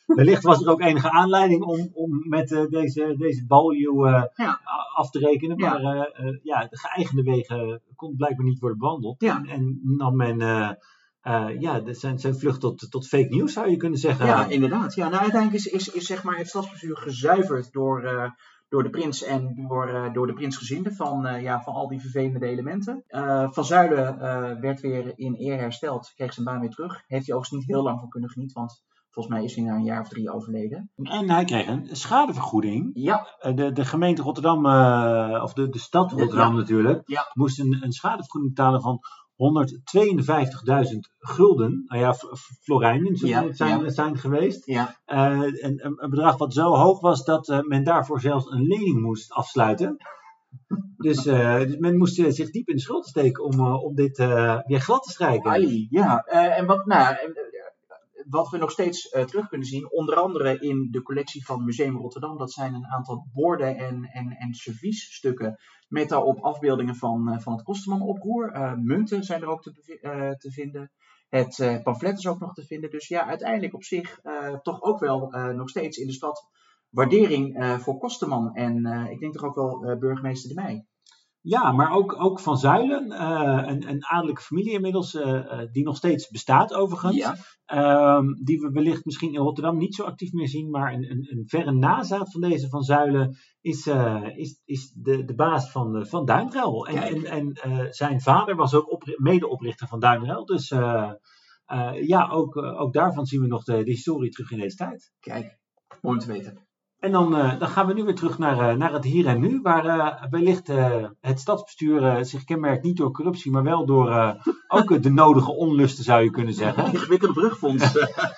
wellicht was er ook enige aanleiding om, om met uh, deze, deze value uh, ja. af te rekenen. Ja. Maar uh, uh, ja, de geëigende wegen kon blijkbaar niet worden bewandeld. Ja. En, en nam men uh, uh, ja, zijn, zijn vlucht tot, tot fake news, zou je kunnen zeggen. Ja, inderdaad. Ja, nou, uiteindelijk is, is, is zeg maar het stadsbestuur gezuiverd door... Uh, door de prins en door, uh, door de prinsgezinden van, uh, ja, van al die vervelende elementen. Uh, van Zuilen uh, werd weer in eer hersteld, kreeg zijn baan weer terug. Heeft hij overigens niet heel lang van kunnen genieten, want volgens mij is hij na een jaar of drie overleden. En hij kreeg een schadevergoeding. Ja. De, de gemeente Rotterdam, uh, of de, de stad Rotterdam ja. natuurlijk, ja. moest een, een schadevergoeding betalen van honderdtweeënvijftigduizend gulden. Nou ja, florijnen zullen het zijn, ja. zijn geweest. Ja. Uh, en, een bedrag wat zo hoog was dat uh, men daarvoor zelfs een lening moest afsluiten. Dus, uh, dus men moest uh, zich diep in de schuld steken om, uh, om dit uh, weer glad te strijken. Ai, ja, uh, en wat, nou, uh, wat we nog steeds uh, terug kunnen zien, onder andere in de collectie van Museum Rotterdam, dat zijn een aantal borden en, en, en serviesstukken met daarop afbeeldingen van, uh, van het Kosterman-oproer. Uh, munten zijn er ook te, uh, te vinden. Het uh, pamflet is ook nog te vinden. Dus ja, uiteindelijk op zich uh, toch ook wel uh, nog steeds in de stad waardering uh, voor Kosterman. En uh, ik denk toch ook wel uh, burgemeester De Meij. Ja, maar ook, ook Van Zuilen, uh, een, een adellijke familie inmiddels, uh, uh, die nog steeds bestaat overigens. Ja. Um, die we wellicht misschien in Rotterdam niet zo actief meer zien, maar een, een, een verre nazaat van deze Van Zuilen is, uh, is, is de, de baas van, uh, van Duinruil. En, en, en uh, zijn vader was ook op, medeoprichter van Duinruil. Dus uh, uh, ja, ook, uh, ook daarvan zien we nog de, de historie terug in deze tijd. Kijk, mooi om te weten. En dan, uh, dan gaan we nu weer terug naar, uh, naar het hier en nu, waar uh, wellicht uh, het stadsbestuur uh, zich kenmerkt niet door corruptie, maar wel door uh, ook uh, de nodige onlusten, zou je kunnen zeggen. Ingewikkelde brugfonds.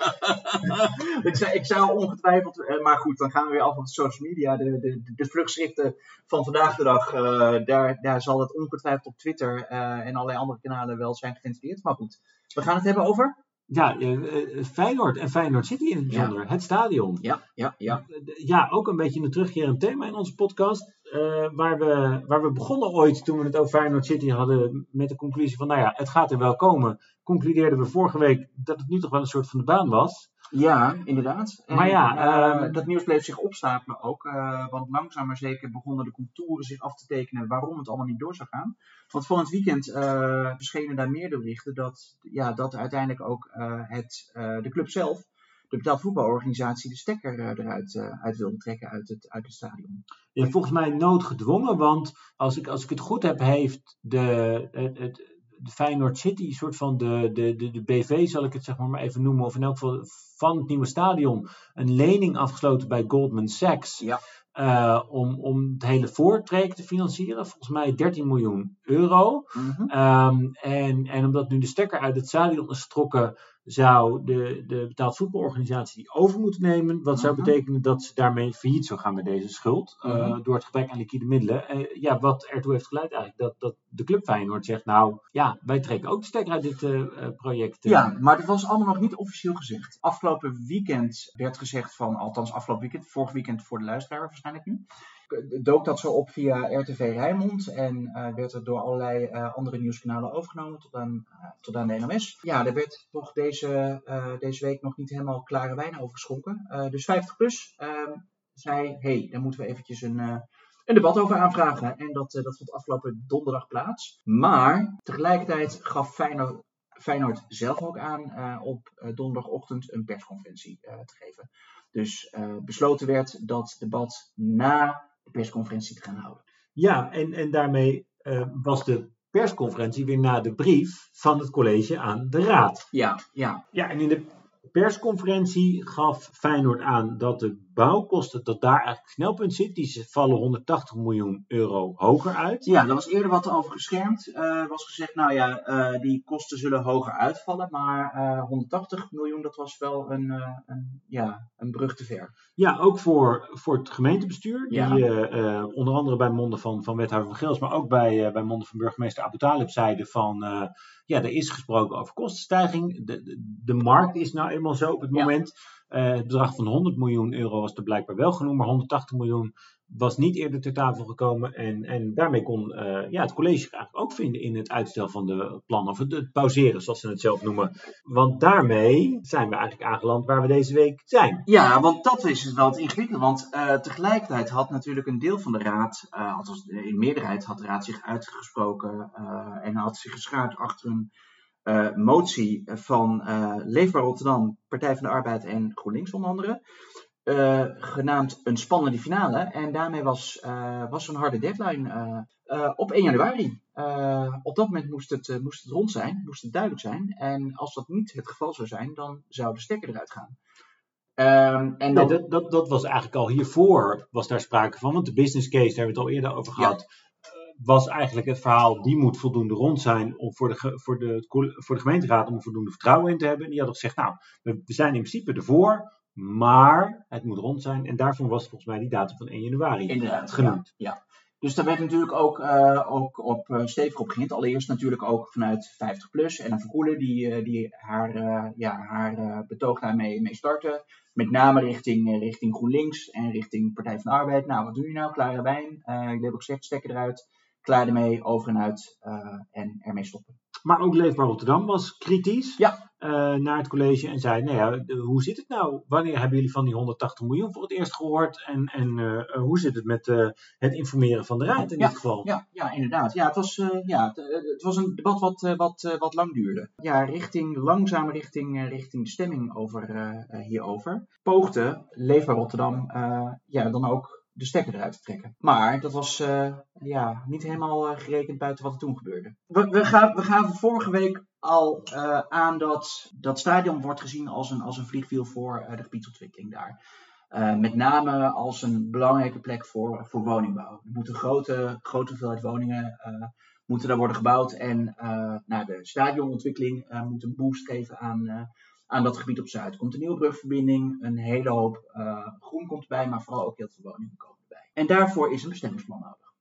ik, zou, ik zou ongetwijfeld, uh, maar goed, dan gaan we weer af op de social media. De, de, de vlugschriften van vandaag de dag, uh, daar, daar zal het ongetwijfeld op Twitter uh, en allerlei andere kanalen wel zijn geventileerd. Maar goed, we gaan het hebben over... Ja, uh, Feyenoord en Feyenoord City in het bijzonder. Ja. Het stadion. Ja, ja, ja. Ja, ook een beetje een terugkerend thema in onze podcast. Uh, waar, we, waar we begonnen ooit toen we het over Feyenoord City hadden met de conclusie van, nou ja, het gaat er wel komen. Concludeerden we vorige week dat het nu toch wel een soort van de baan was. Ja, inderdaad. En, maar ja, uh, uh, dat nieuws bleef zich opstapelen ook. Uh, want langzaam maar zeker begonnen de contouren zich af te tekenen waarom het allemaal niet door zou gaan. Want volgend weekend uh, verschenen daar meer berichten dat, ja, dat uiteindelijk ook uh, het, uh, de club zelf, de betaald voetbalorganisatie, de stekker uh, eruit uh, uit wilde trekken uit het, uit het stadion. Ja, volgens mij noodgedwongen, want als ik, als ik het goed heb, heeft de, het, het, de Feyenoord City, een soort van de, de, de, de B V, zal ik het zeg maar, maar even noemen, of in elk geval van het nieuwe stadion, een lening afgesloten bij Goldman Sachs. Ja. Uh, om, om het hele voortraject te financieren. Volgens mij dertien miljoen euro. Mm-hmm. Um, en, en omdat nu de stekker uit het stadion is getrokken, zou de, de betaald voetbalorganisatie die over moeten nemen. Wat mm-hmm. zou betekenen dat ze daarmee failliet zou gaan met deze schuld. Mm-hmm. Uh, door het gebrek aan liquide middelen. Uh, ja, wat ertoe heeft geleid eigenlijk dat, dat de club Feyenoord zegt, nou ja, wij trekken ook de stekker uit dit uh, project. Uh. Ja, maar dat was allemaal nog niet officieel gezegd. Afgelopen weekend werd gezegd van, althans afgelopen weekend, vorig weekend voor de luisteraar waarschijnlijk nu, dook dat zo op via R T V Rijnmond en uh, werd er door allerlei uh, andere nieuwskanalen overgenomen tot aan, uh, tot aan de N O S. Ja, er werd toch deze, uh, deze week nog niet helemaal klare wijn over geschonken. Uh, dus vijftig plus uh, zei, hé, hey, daar moeten we eventjes een, uh, een debat over aanvragen. En dat, uh, dat vond afgelopen donderdag plaats. Maar tegelijkertijd gaf Feyenoord, Feyenoord zelf ook aan uh, op uh, donderdagochtend een persconferentie uh, te geven. Dus uh, besloten werd dat debat na de persconferentie te gaan houden. Ja, en, en daarmee uh, was de persconferentie weer na de brief van het college aan de raad. Ja, ja. Ja, en in de persconferentie gaf Feyenoord aan dat de bouwkosten, dat daar eigenlijk het knelpunt zit. Die vallen honderdtachtig miljoen euro hoger uit. Ja, daar was eerder wat over geschermd. Er uh, was gezegd, nou ja, uh, die kosten zullen hoger uitvallen. Maar uh, honderdtachtig miljoen, dat was wel een, uh, een, ja, een brug te ver. Ja, ook voor, voor het gemeentebestuur. Ja. Die uh, uh, onder andere bij monden van, van wethouder Van Geels, maar ook bij, uh, bij monden van burgemeester Abu Talib zeiden van, uh, ja, er is gesproken over kostenstijging. De, de, de markt is nou eenmaal zo op het moment. Ja. Uh, het bedrag van honderd miljoen euro was er blijkbaar wel genoemd, maar honderdtachtig miljoen was niet eerder ter tafel gekomen. En, en daarmee kon uh, ja, het college zich eigenlijk ook vinden in het uitstel van de plannen. Of het, het pauzeren, zoals ze het zelf noemen. Want daarmee zijn we eigenlijk aangeland waar we deze week zijn. Ja, want dat is het wel het ingewikkeld. Want uh, tegelijkertijd had natuurlijk een deel van de raad, uh, althans in meerderheid, had de raad zich uitgesproken uh, en had zich geschaard achter een uh, motie van uh, Leefbaar Rotterdam, Partij van de Arbeid en GroenLinks onder andere. Uh, genaamd een spannende finale. En daarmee was, uh, was er een harde deadline uh, uh, op één januari. Uh, op dat moment moest het, uh, moest het rond zijn, moest het duidelijk zijn. En als dat niet het geval zou zijn, dan zou de stekker eruit gaan. Um, en dan... nee, dat, dat, dat was eigenlijk al hiervoor was daar sprake van. Want de business case, daar hebben we het al eerder over gehad. Ja. Was eigenlijk het verhaal, die moet voldoende rond zijn om voor, de, voor, de, voor de gemeenteraad om voldoende vertrouwen in te hebben. En die hadden gezegd, nou, we, we zijn in principe ervoor. Maar het moet rond zijn. En daarvan was volgens mij die datum van één januari Inderdaad, genoemd. Ja, ja. Dus daar werd natuurlijk ook, uh, ook op, uh, stevig op gehind. Allereerst natuurlijk ook vanuit vijftig plus. En een Verkoelen die, uh, die haar, uh, ja, haar uh, betoog daarmee mee startte. Met name richting, uh, richting GroenLinks en richting Partij van de Arbeid. Nou, wat doe je nou? Klare wijn. Uh, jullie hebben ook gezegd, stekker eruit. Klaar ermee, over en uit. Uh, en ermee stoppen. Maar ook Leefbaar Rotterdam was kritisch ja. uh, naar het college en zei, nou ja, de, hoe zit het nou? Wanneer hebben jullie van die honderdtachtig miljoen voor het eerst gehoord? En, en uh, hoe zit het met uh, het informeren van de raad in ja, dit geval? Ja, ja inderdaad. Ja, het, was, uh, ja, het, het was een debat wat, uh, wat, uh, wat lang duurde. Ja, richting, langzaam richting, uh, richting de stemming over, uh, hierover. Poogde Leefbaar Rotterdam uh, ja, dan ook de stekker eruit te trekken. Maar dat was uh, ja, niet helemaal uh, gerekend buiten wat er toen gebeurde. We, we, gaan, we gaven vorige week al uh, aan dat dat stadion wordt gezien als een, als een vliegwiel voor uh, de gebiedsontwikkeling daar. Uh, met name als een belangrijke plek voor, voor woningbouw. Er moeten grote, grote hoeveelheid woningen uh, moeten daar worden gebouwd. En uh, nou, de stadionontwikkeling uh, moet een boost geven aan... Uh, aan dat gebied op Zuid. Komt een nieuwe brugverbinding, een hele hoop uh, groen komt erbij, maar vooral ook heel veel woningen komen erbij. En daarvoor is een bestemmingsplan nodig.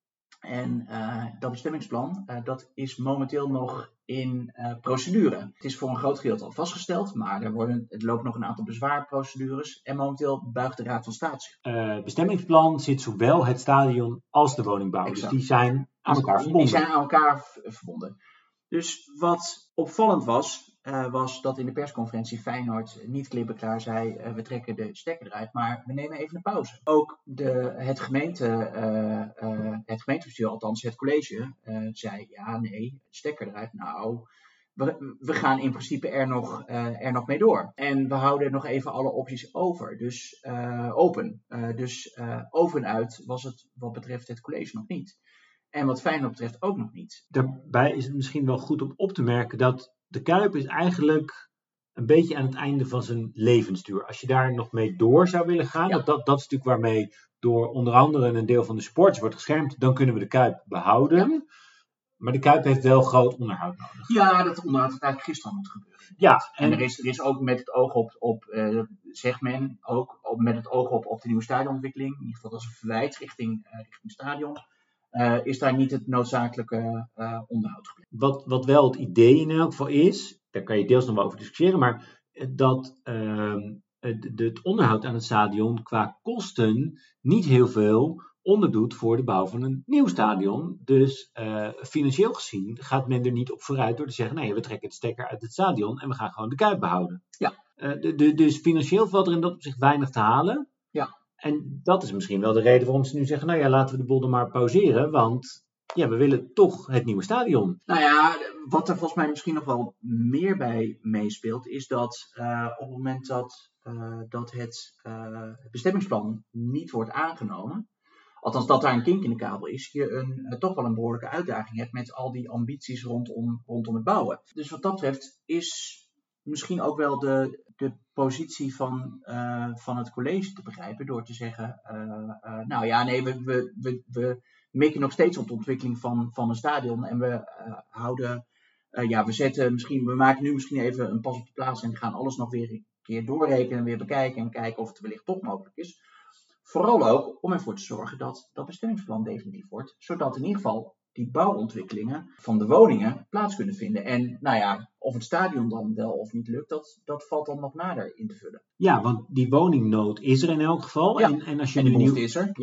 En uh, dat bestemmingsplan, uh, dat is momenteel nog in uh, procedure. Het is voor een groot gedeelte al vastgesteld, maar er, worden, er lopen nog een aantal bezwaarprocedures. En momenteel buigt de Raad van State zich. Uh, bestemmingsplan zit zowel het stadion als de woningbouw. Exact. Dus die zijn aan elkaar verbonden. Die zijn aan elkaar v- verbonden. Dus wat opvallend was, uh, was dat in de persconferentie Feyenoord niet klippenklaar zei, uh, we trekken de stekker eruit, maar we nemen even een pauze. Ook de, het, gemeente, uh, uh, het gemeentebestuur, althans het college, uh, zei ja, nee, stekker eruit. Nou, we, we gaan in principe er nog, uh, er nog mee door. En we houden nog even alle opties over, dus uh, open. Uh, dus uh, over en uit was het wat betreft het college nog niet. En wat Feyenoord betreft ook nog niet. Daarbij is het misschien wel goed om op te merken dat de Kuip is eigenlijk een beetje aan het einde van zijn levensduur. Als je daar nog mee door zou willen gaan, ja. dat, dat, dat is natuurlijk waarmee door onder andere een deel van de sports wordt geschermd, dan kunnen we de Kuip behouden. Ja. Maar de Kuip heeft wel groot onderhoud nodig. Ja, dat onderhoud had eigenlijk gisteren moeten gebeuren. Ja, en, en er, is, er is ook met het oog op, op uh, zegt men, ook op, met het oog op, op de nieuwe stadionontwikkeling, in ieder geval dat is een verwijt richting, uh, richting stadion. Uh, is daar niet het noodzakelijke uh, onderhoud gebleven. Wat, wat wel het idee in elk geval is, daar kan je deels nog wel over discussiëren, maar dat uh, het, het onderhoud aan het stadion qua kosten niet heel veel onderdoet voor de bouw van een nieuw stadion. Dus uh, financieel gezien gaat men er niet op vooruit door te zeggen, nee, we trekken het stekker uit het stadion en we gaan gewoon de Kuip behouden. Ja. Uh, de, de, dus financieel valt er in dat opzicht weinig te halen. Ja. En dat is misschien wel de reden waarom ze nu zeggen, nou ja, laten we de boel dan maar pauzeren, want ja, we willen toch het nieuwe stadion. Nou ja, wat er volgens mij misschien nog wel meer bij meespeelt, is dat uh, op het moment dat, uh, dat het, uh, het bestemmingsplan niet wordt aangenomen, althans dat daar een kink in de kabel is, je een, uh, toch wel een behoorlijke uitdaging hebt met al die ambities rondom, rondom het bouwen. Dus wat dat betreft is misschien ook wel de, de positie van, uh, van het college te begrijpen door te zeggen, uh, uh, nou ja, nee, we, we, we, we mikken nog steeds op de ontwikkeling van, van een stadion en we uh, houden, uh, ja, we zetten misschien, we maken nu misschien even een pas op de plaats en gaan alles nog weer een keer doorrekenen en weer bekijken en kijken of het wellicht toch mogelijk is. Vooral ook om ervoor te zorgen dat dat bestemmingsplan definitief wordt, zodat in ieder geval die bouwontwikkelingen van de woningen plaats kunnen vinden. En nou ja, of het stadion dan wel of niet lukt, dat, dat valt dan nog nader in te vullen. Ja, want die woningnood is er in elk geval. Ja. En, en als je en de nu behoefte nieuw... is er. Ja,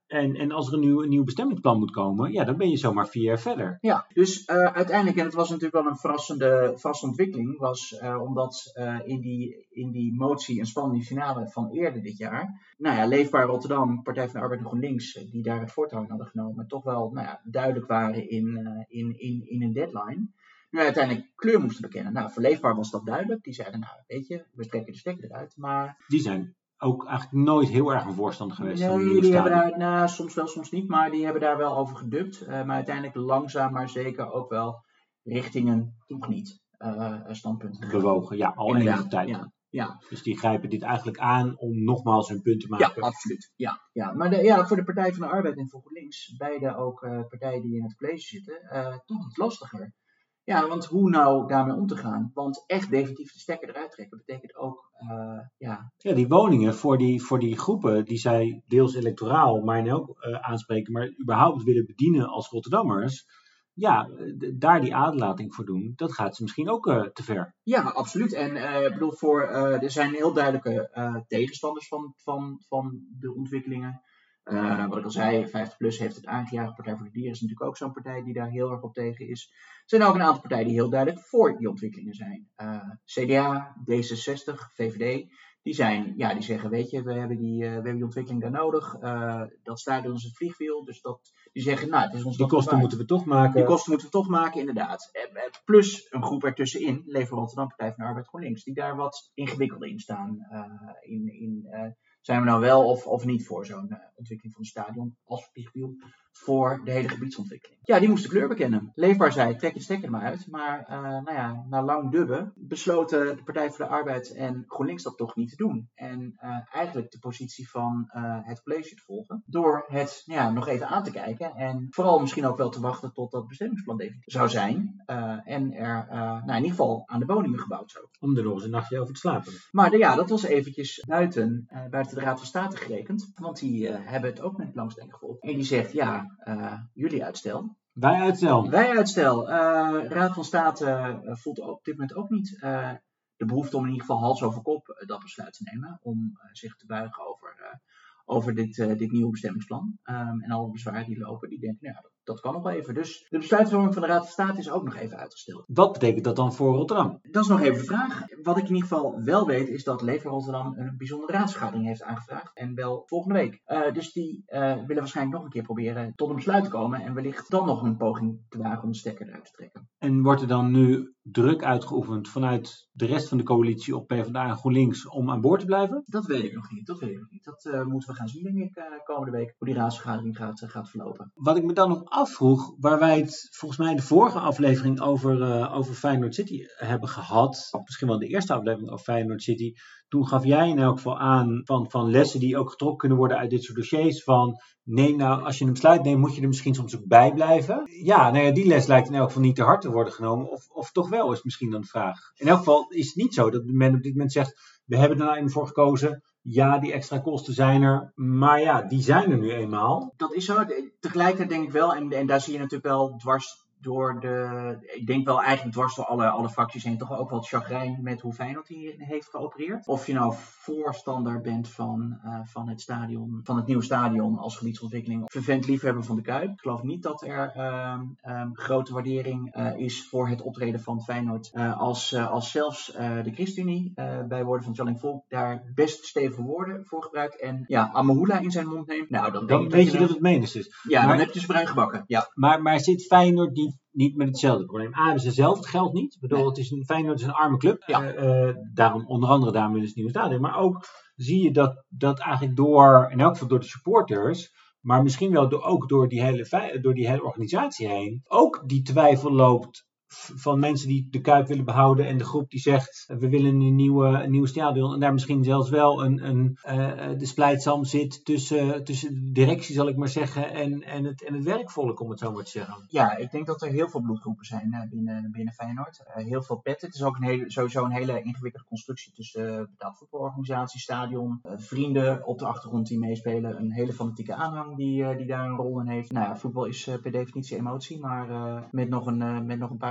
En, en als er een nieuw, een nieuw bestemmingsplan moet komen, ja, dan ben je zomaar vier jaar verder. Ja, dus uh, uiteindelijk, en het was natuurlijk wel een verrassende, verrassende ontwikkeling, was uh, omdat uh, in, die, in die motie een spannende finale van eerder dit jaar, nou ja, Leefbaar Rotterdam, Partij van de Arbeid en GroenLinks, die daar het voortouw in hadden genomen, toch wel nou ja, duidelijk waren in, uh, in, in, in een deadline. Nu uiteindelijk kleur moesten bekennen. Nou, voor Leefbaar was dat duidelijk. Die zeiden, nou, weet je, we trekken de stekker eruit, maar... Die zijn ook eigenlijk nooit heel erg een voorstander geweest nee, van die, die hebben daar, nou, soms wel, soms niet, maar die hebben daar wel over gedubt. Uh, maar uiteindelijk langzaam, maar zeker ook wel richting een toch niet uh, standpunt bewogen. Ja, al enige tijd. Ja, ja. Dus die grijpen dit eigenlijk aan om nogmaals hun punt te maken. Ja, absoluut. Ja, ja. Maar de, ja, voor de Partij van de Arbeid en voor GroenLinks, beide ook uh, partijen die in het college zitten, uh, toch iets lastiger. Ja, want hoe nou daarmee om te gaan? Want echt definitief de stekker eruit trekken betekent ook, uh, ja... Ja, die woningen voor die, voor die groepen die zij deels electoraal, maar in ook uh, aanspreken, maar überhaupt willen bedienen als Rotterdammers, ja, d- daar die aderlating voor doen, dat gaat ze misschien ook uh, te ver. Ja, absoluut. En uh, ik bedoel, voor, uh, er zijn heel duidelijke uh, tegenstanders van, van, van de ontwikkelingen. Uh, wat ik al zei, vijftig plus heeft het aangejaagd. Partij voor de Dieren is natuurlijk ook zo'n partij die daar heel erg op tegen is. Er zijn ook een aantal partijen die heel duidelijk voor die ontwikkelingen zijn. Uh, C D A, D zesenzestig, V V D, die zijn, ja, die zeggen, weet je, we hebben die, uh, we hebben die ontwikkeling daar nodig. Uh, dat stadion is een vliegwiel, dus dat, die zeggen, nou, het is ons die kosten waard. moeten we toch maken. Die kosten moeten we toch maken, inderdaad. Uh, plus een groep ertussenin, Leefbaar Rotterdam, Partij van de Arbeid, GroenLinks, die daar wat ingewikkelder in staan. Uh, in, in, uh, zijn we nou wel of, of niet voor zo'n uh, ontwikkeling van het stadion als vliegwiel voor de hele gebiedsontwikkeling. Ja, die moesten kleur bekennen. Leefbaar zei, trek het stekker er maar uit. Maar uh, nou ja, na lang dubben besloten de Partij voor de Arbeid en GroenLinks dat toch niet te doen. En uh, eigenlijk de positie van uh, het college te volgen. Door het ja, nog even aan te kijken. En vooral misschien ook wel te wachten tot dat bestemmingsplan definitief zou zijn. Uh, en er uh, nou, in ieder geval aan de woningen gebouwd zou. Om er nog eens een nachtje over te slapen. Maar de, ja, dat was eventjes buiten, uh, buiten de Raad van State gerekend. Want die uh, hebben het ook met belangstelling gevolgd. En die zegt, ja, Uh, jullie uitstel. Wij uitstel. Wij uitstel. Uh, Raad van State uh, voelt op dit moment ook niet uh, de behoefte om in ieder geval hals over kop uh, dat besluit te nemen. Om uh, zich te buigen over, uh, over dit, uh, dit nieuwe bestemmingsplan. Um, en alle bezwaren die lopen, die denken, nou ja, dat, dat kan nog wel even. Dus de besluitvorming van de Raad van State is ook nog even uitgesteld. Wat betekent dat dan voor Rotterdam? Dat is nog even de vraag. Wat ik in ieder geval wel weet, is dat Leefbaar Rotterdam een bijzondere raadsvergadering heeft aangevraagd. En wel volgende week. Uh, dus die uh, willen waarschijnlijk nog een keer proberen tot een besluit te komen. En wellicht dan nog een poging te wagen om de stekker eruit te trekken. En wordt er dan nu druk uitgeoefend vanuit de rest van de coalitie op PvdA en GroenLinks om aan boord te blijven? Dat weet ik nog niet. Dat weet ik nog niet. Dat uh, moeten we gaan zien, denk ik, uh, komende week. Hoe die raadsvergadering gaat, uh, gaat verlopen. Wat ik me dan nog afvroeg, waar wij het volgens mij in de vorige aflevering over, uh, over Feyenoord City hebben gehad. Misschien wel de eerste aflevering over Feyenoord City. Toen gaf jij in elk geval aan van, van lessen die ook getrokken kunnen worden uit dit soort dossiers. Van neem nou, als je een besluit neemt, moet je er misschien soms ook bij blijven. Ja, nou ja, die les lijkt in elk geval niet te hard te worden genomen. Of, of toch wel, is misschien dan de vraag. In elk geval is het niet zo dat men op dit moment zegt, we hebben er nou even voor gekozen. Ja, die extra kosten zijn er, maar ja, die zijn er nu eenmaal. Dat is zo. Tegelijkertijd denk ik wel, en, en daar zie je natuurlijk wel dwars door de, ik denk wel eigenlijk dwars door alle, alle fracties heen, toch ook wel het chagrijn met hoe Feyenoord hier heeft geopereerd. Of je nou voorstander bent van, uh, van het stadion, van het nieuwe stadion als gebiedsontwikkeling, of vervent liefhebber van de Kuip. Ik geloof niet dat er um, um, grote waardering uh, is voor het optreden van Feyenoord. Uh, als, uh, als zelfs uh, de ChristenUnie, uh, bij woorden van Tjalling Volk, daar best stevige woorden voor gebruikt en ja, Amahula in zijn mond neemt. Nou, dan, dan denk weet je dat, dat het menens is. Ja, maar, dan heb je ze bruin gebakken. Ja. Maar, maar zit Feyenoord niet Niet met hetzelfde probleem. A, hebben ze zelf het geld niet. Ik bedoel, nee. het is een, Feyenoord is een arme club. Ja. Uh, uh, daarom, onder andere daarom willen ze het nieuwe stadion. Maar ook zie je dat, dat eigenlijk door, in elk geval door de supporters, maar misschien wel door, ook door die, hele, door die hele organisatie heen, ook die twijfel loopt van mensen die de Kuip willen behouden en de groep die zegt, we willen een nieuwe, een nieuwe stadion en daar misschien zelfs wel een, een, uh, de splijtsam zit tussen, tussen de directie, zal ik maar zeggen, en, en, het, en het werkvolk, om het zo maar te zeggen. Ja, ik denk dat er heel veel bloedgroepen zijn uh, binnen, binnen Feyenoord. Uh, heel veel petten. Het is ook een hele, sowieso een hele ingewikkelde constructie tussen uh, betaald voetbalorganisatie, stadion, uh, vrienden op de achtergrond die meespelen, een hele fanatieke aanhang die, uh, die daar een rol in heeft. Nou ja, voetbal is uh, per definitie emotie, maar uh, met, nog een, uh, met nog een paar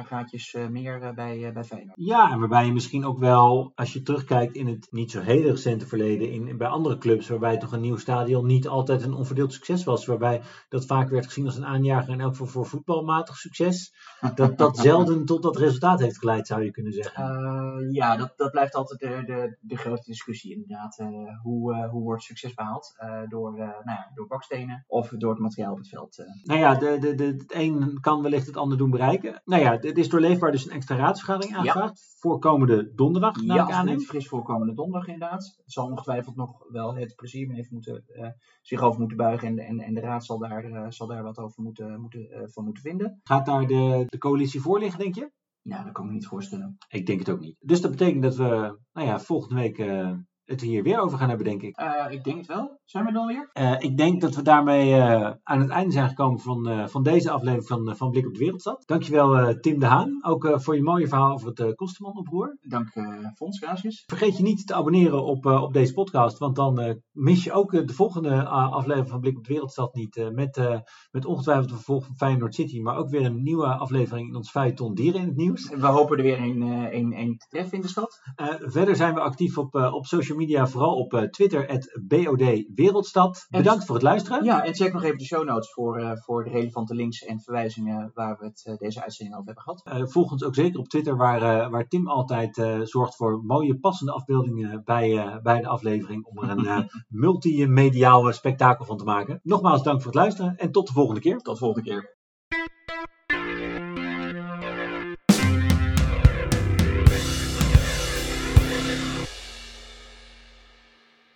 gaatjes uh, meer uh, bij, uh, bij Feyenoord. Ja, en waarbij je misschien ook wel, als je terugkijkt in het niet zo hele recente verleden, in, in, bij andere clubs, waarbij toch een nieuw stadion niet altijd een onverdeeld succes was, waarbij dat vaak werd gezien als een aanjager en ook voor, voor voetbalmatig succes, dat dat zelden tot dat resultaat heeft geleid, zou je kunnen zeggen. Uh, ja, dat, dat blijft altijd de, de, de grote discussie inderdaad. Uh, hoe, uh, hoe wordt succes behaald? Uh, door, uh, nou ja, door bakstenen of door het materiaal op het veld? Uh. Nou ja, de, de, de, het een kan wellicht het ander doen bereiken. Nou ja, het is door Leefbaar dus een extra raadsvergadering aangevraagd. Ja. Voor komende donderdag, ja, als ik aan het fris voor komende donderdag inderdaad. Het zal ongetwijfeld nog wel het plezier mee even moeten, uh, zich over moeten buigen. En, en, en de raad zal daar, uh, zal daar wat over moeten, moeten, uh, van moeten vinden. Gaat daar de, de coalitie voor liggen, denk je? Ja, dat kan ik me niet voorstellen. Ik denk het ook niet. Dus dat betekent dat we nou ja, volgende week uh, het hier weer over gaan hebben, denk ik. Uh, ik denk het wel. Zijn we dan weer? Uh, ik denk dat we daarmee uh, aan het einde zijn gekomen van, uh, van deze aflevering van, uh, van Blik op de Wereldstad. Dankjewel uh, Tim de Haan, ook uh, voor je mooie verhaal over het uh, Kosterman-oproer. Dank uh, Fons, gracias. Vergeet je niet te abonneren op, uh, op deze podcast, want dan uh, mis je ook uh, de volgende uh, aflevering van Blik op de Wereldstad niet. Uh, met, uh, met ongetwijfeld een vervolg van Feyenoord City, maar ook weer een nieuwe aflevering in ons feuilleton Dieren in het Nieuws. We hopen er weer een, uh, een, een te treffen in de stad. Uh, verder zijn we actief op, uh, op social media, vooral op uh, Twitter, at B O D Wereldstad. Bedankt voor het luisteren. Ja, en check nog even de show notes voor, uh, voor de relevante links en verwijzingen waar we het uh, deze uitzending over hebben gehad. Uh, volg ons ook zeker op Twitter, waar, uh, waar Tim altijd uh, zorgt voor mooie passende afbeeldingen bij, uh, bij de aflevering, om er een uh, multimediaal spektakel van te maken. Nogmaals dank voor het luisteren en tot de volgende keer. Tot de volgende keer.